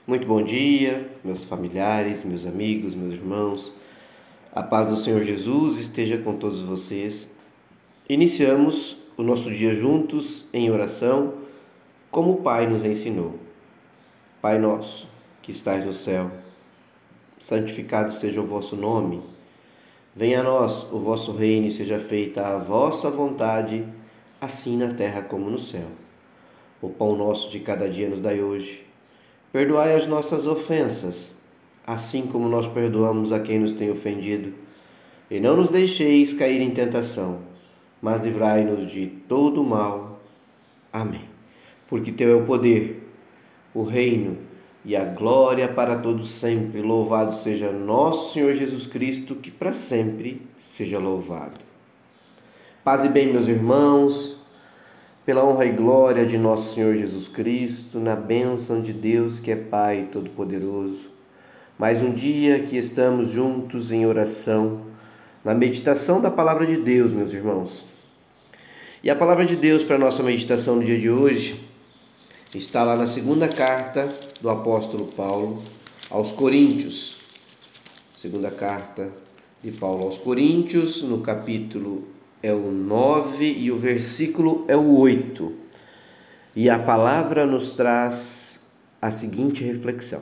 Muito bom dia, meus familiares, meus amigos, meus irmãos. A paz do Senhor Jesus esteja com todos vocês. Iniciamos o nosso dia juntos em oração, como o Pai nos ensinou. Pai nosso, que estais no céu, santificado seja o vosso nome. Venha a nós o vosso reino e seja feita a vossa vontade, assim na terra como no céu. O pão nosso de cada dia nos dai hoje. Perdoai as nossas ofensas, assim como nós perdoamos a quem nos tem ofendido. E não nos deixeis cair em tentação, mas livrai-nos de todo o mal. Amém. Porque teu é o poder, o reino e a glória para todos sempre. Louvado seja nosso Senhor Jesus Cristo, que para sempre seja louvado. Paz e bem, meus irmãos. Pela honra e glória de nosso Senhor Jesus Cristo, na bênção de Deus que é Pai Todo-Poderoso. Mais um dia que estamos juntos em oração, na meditação da Palavra de Deus, meus irmãos. E a Palavra de Deus para a nossa meditação no dia de hoje está lá na segunda carta do apóstolo Paulo aos Coríntios. Segunda carta de Paulo aos Coríntios, no capítulo é o 9 e o versículo é o 8. E a palavra nos traz a seguinte reflexão: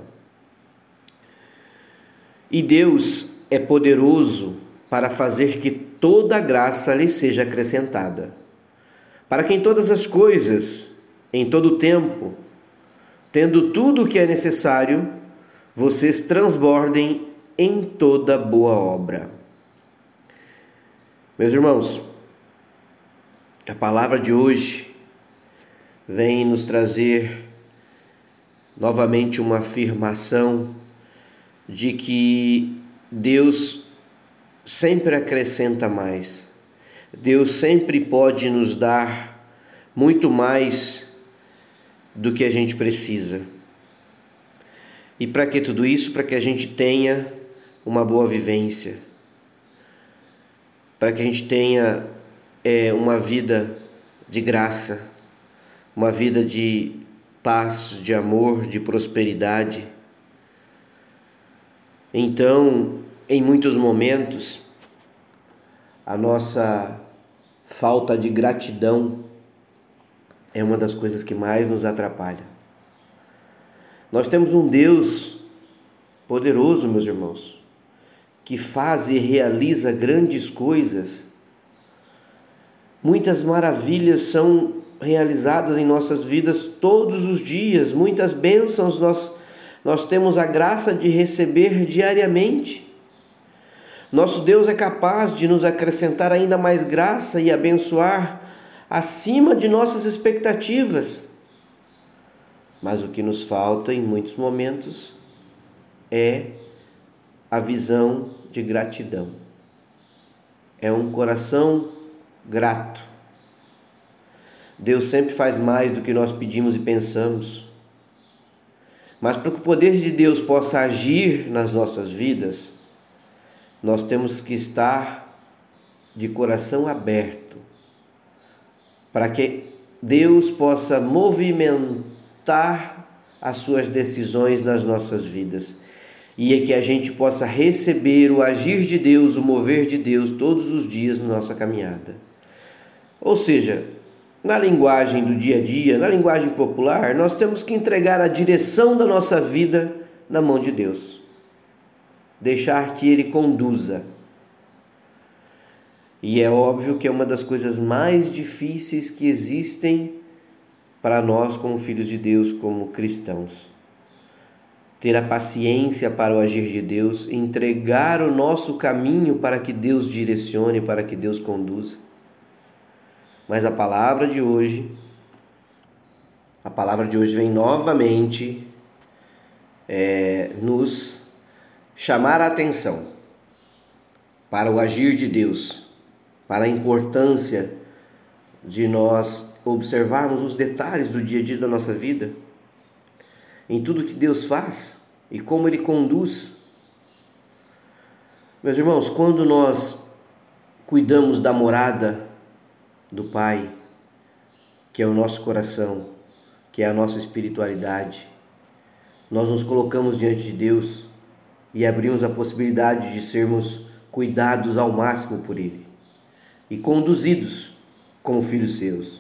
E Deus é poderoso para fazer que toda a graça lhe seja acrescentada, para que em todas as coisas, em todo o tempo, tendo tudo o que é necessário, vocês transbordem em toda boa obra. Meus irmãos, a palavra de hoje vem nos trazer novamente uma afirmação de que Deus sempre acrescenta mais. Deus sempre pode nos dar muito mais do que a gente precisa. E para que tudo isso? Para que a gente tenha uma boa vivência, para que a gente tenha uma vida de graça, uma vida de paz, de amor, de prosperidade. Então, em muitos momentos, a nossa falta de gratidão é uma das coisas que mais nos atrapalha. Nós temos um Deus poderoso, meus irmãos, que faz e realiza grandes coisas. Muitas maravilhas são realizadas em nossas vidas todos os dias. Muitas bênçãos nós temos a graça de receber diariamente. Nosso Deus é capaz de nos acrescentar ainda mais graça e abençoar acima de nossas expectativas. Mas o que nos falta em muitos momentos é a visão de gratidão. É um coração grato. Deus sempre faz mais do que nós pedimos e pensamos. Mas para que o poder de Deus possa agir nas nossas vidas, nós temos que estar de coração aberto, para que Deus possa movimentar as suas decisões nas nossas vidas e que a gente possa receber o agir de Deus, o mover de Deus todos os dias na nossa caminhada. Ou seja, na linguagem do dia a dia, na linguagem popular, nós temos que entregar a direção da nossa vida na mão de Deus. Deixar que Ele conduza. E é óbvio que é uma das coisas mais difíceis que existem para nós como filhos de Deus, como cristãos. Ter a paciência para o agir de Deus, entregar o nosso caminho para que Deus direcione, para que Deus conduza. Mas a palavra de hoje vem novamente nos chamar a atenção para o agir de Deus, para a importância de nós observarmos os detalhes do dia a dia da nossa vida, em tudo que Deus faz e como Ele conduz. Meus irmãos, quando nós cuidamos da morada do Pai, que é o nosso coração, que é a nossa espiritualidade, nós nos colocamos diante de Deus e abrimos a possibilidade de sermos cuidados ao máximo por Ele e conduzidos como filhos seus.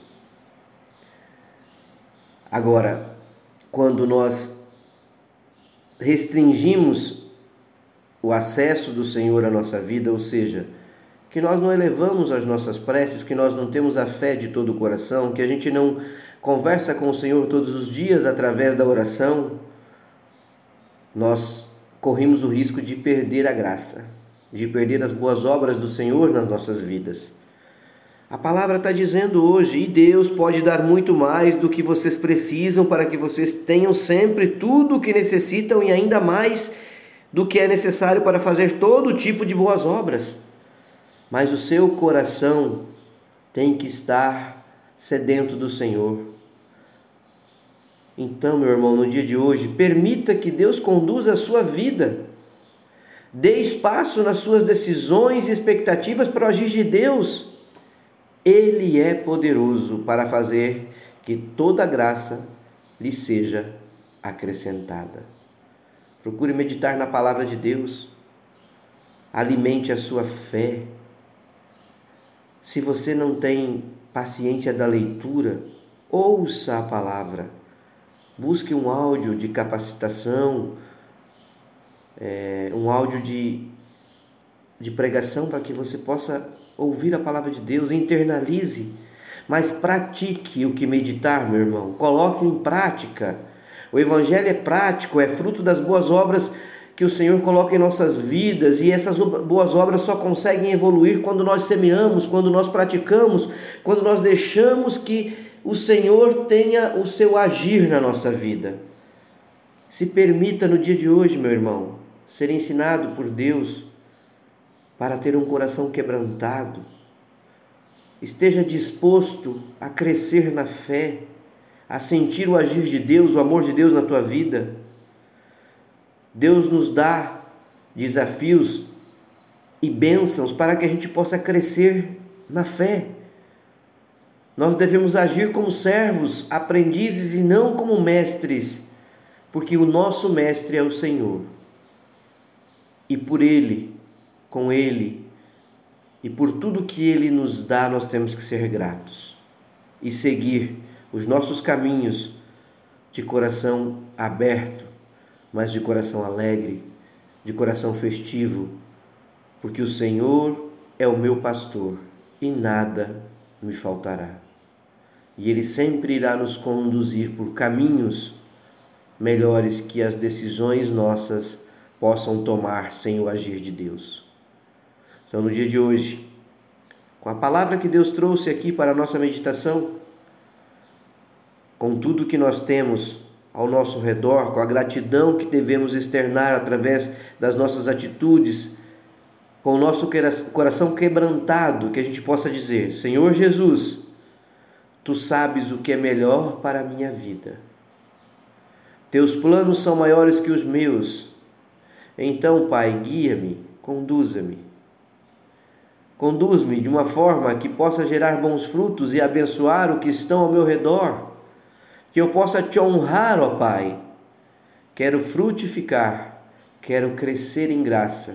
Agora, quando nós restringimos o acesso do Senhor à nossa vida, ou seja, que nós não elevamos as nossas preces, que nós não temos a fé de todo o coração, que a gente não conversa com o Senhor todos os dias através da oração, nós corremos o risco de perder a graça, de perder as boas obras do Senhor nas nossas vidas. A palavra está dizendo hoje, e Deus pode dar muito mais do que vocês precisam para que vocês tenham sempre tudo o que necessitam e ainda mais do que é necessário para fazer todo tipo de boas obras. Mas o seu coração tem que estar sedento do Senhor. Então, meu irmão, no dia de hoje, permita que Deus conduza a sua vida. Dê espaço nas suas decisões e expectativas para o agir de Deus. Ele é poderoso para fazer que toda graça lhe seja acrescentada. Procure meditar na palavra de Deus. Alimente a sua fé. Se você não tem paciência da leitura, ouça a palavra. Busque um áudio de capacitação, um áudio de pregação para que você possa ouvir a palavra de Deus, internalize, mas pratique o que meditar, meu irmão. Coloque em prática. O Evangelho é prático, é fruto das boas obras que o Senhor coloca em nossas vidas, e essas boas obras só conseguem evoluir quando nós semeamos, quando nós praticamos, quando nós deixamos que o Senhor tenha o seu agir na nossa vida. Se permita no dia de hoje, meu irmão, ser ensinado por Deus para ter um coração quebrantado. Esteja disposto a crescer na fé, a sentir o agir de Deus, o amor de Deus na tua vida. Deus nos dá desafios e bênçãos para que a gente possa crescer na fé. Nós devemos agir como servos, aprendizes e não como mestres, porque o nosso mestre é o Senhor. E por Ele, com Ele e por tudo que Ele nos dá, nós temos que ser gratos e seguir os nossos caminhos de coração aberto, mas de coração alegre, de coração festivo, porque o Senhor é o meu pastor e nada me faltará. E Ele sempre irá nos conduzir por caminhos melhores que as decisões nossas possam tomar sem o agir de Deus. Então, no dia de hoje, com a palavra que Deus trouxe aqui para a nossa meditação, com tudo que nós temos ao nosso redor, com a gratidão que devemos externar através das nossas atitudes, com o nosso coração quebrantado, que a gente possa dizer: Senhor Jesus, Tu sabes o que é melhor para a minha vida. Teus planos são maiores que os meus. Então, Pai, guia-me, conduza-me. Conduz-me de uma forma que possa gerar bons frutos e abençoar o que estão ao meu redor. Que eu possa Te honrar, ó Pai. Quero frutificar, quero crescer em graça.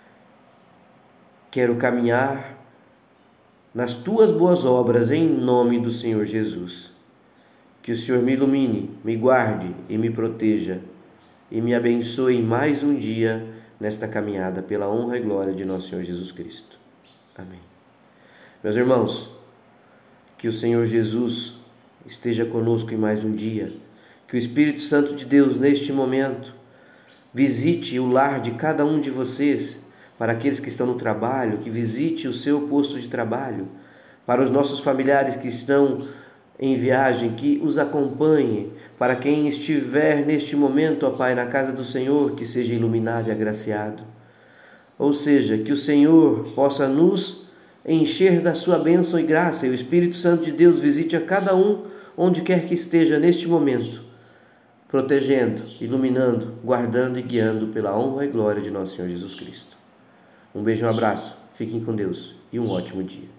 Quero caminhar nas Tuas boas obras em nome do Senhor Jesus. Que o Senhor me ilumine, me guarde e me proteja e me abençoe mais um dia nesta caminhada pela honra e glória de nosso Senhor Jesus Cristo. Amém. Meus irmãos, que o Senhor Jesus esteja conosco em mais um dia, que o Espírito Santo de Deus neste momento visite o lar de cada um de vocês, para aqueles que estão no trabalho, que visite o seu posto de trabalho, para os nossos familiares que estão em viagem, que os acompanhe, para quem estiver neste momento, ó Pai, na casa do Senhor, que seja iluminado e agraciado. Ou seja, que o Senhor possa nos encher da sua bênção e graça, e o Espírito Santo de Deus visite a cada um onde quer que esteja neste momento, protegendo, iluminando, guardando e guiando pela honra e glória de nosso Senhor Jesus Cristo. Um beijo, um abraço, fiquem com Deus e um ótimo dia.